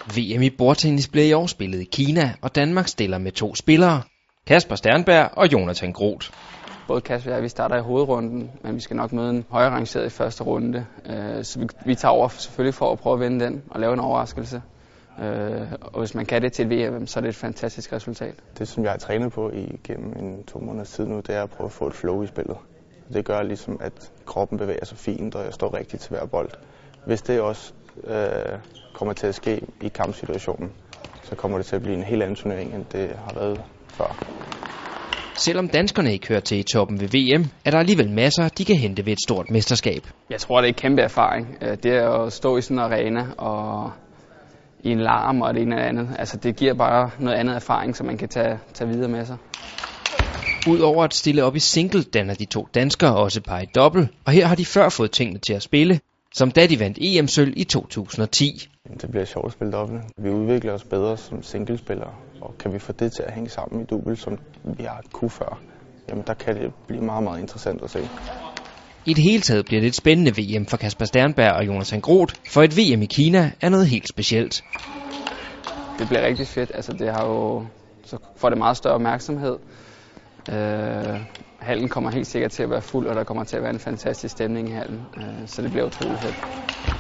VM i bordtennis bliver i år spillet i Kina, og Danmark stiller med 2 spillere. Kasper Sternberg og Jonathan Groth. Både Kasper og jeg, vi starter i hovedrunden, men vi skal nok møde en højere rangeret i første runde. Så vi tager over selvfølgelig for at prøve at vinde den og lave en overraskelse. Og hvis man kan det til et VM, så er det et fantastisk resultat. Det, som jeg har trænet på igennem 2 måneders tid nu, det er at prøve at få et flow i spillet. Det gør ligesom, at kroppen bevæger sig fint, og jeg står rigtigt til hver bold. Hvis det også kommer til at ske i kampsituationen, så kommer det til at blive en helt anden turnering, end det har været før. Selvom danskerne ikke hører til i toppen ved VM, er der alligevel masser, de kan hente ved et stort mesterskab. Jeg tror, det er en kæmpe erfaring. Det er at stå i sådan en arena og i en larm og det ene eller andet. Altså, det giver bare noget andet erfaring, som man kan tage videre med sig. Udover at stille op i single, danner de 2 danskere også par i dobbelt, og her har de før fået tingene til at spille, som da de vandt EM-sølv i 2010. Det bliver sjovt at spille dobbelt. Vi udvikler os bedre som singlespillere, og kan vi få det til at hænge sammen i double, som vi har kunne før, jamen der kan det blive meget, meget interessant at se. I det hele taget bliver det et spændende VM for Kasper Sternberg og Jonathan Groth, for et VM i Kina er noget helt specielt. Det bliver rigtig fedt. Altså, det har jo, så får det meget større opmærksomhed. Hallen kommer helt sikkert til at være fuld, og der kommer til at være en fantastisk stemning i hallen, så det bliver utroligt fedt.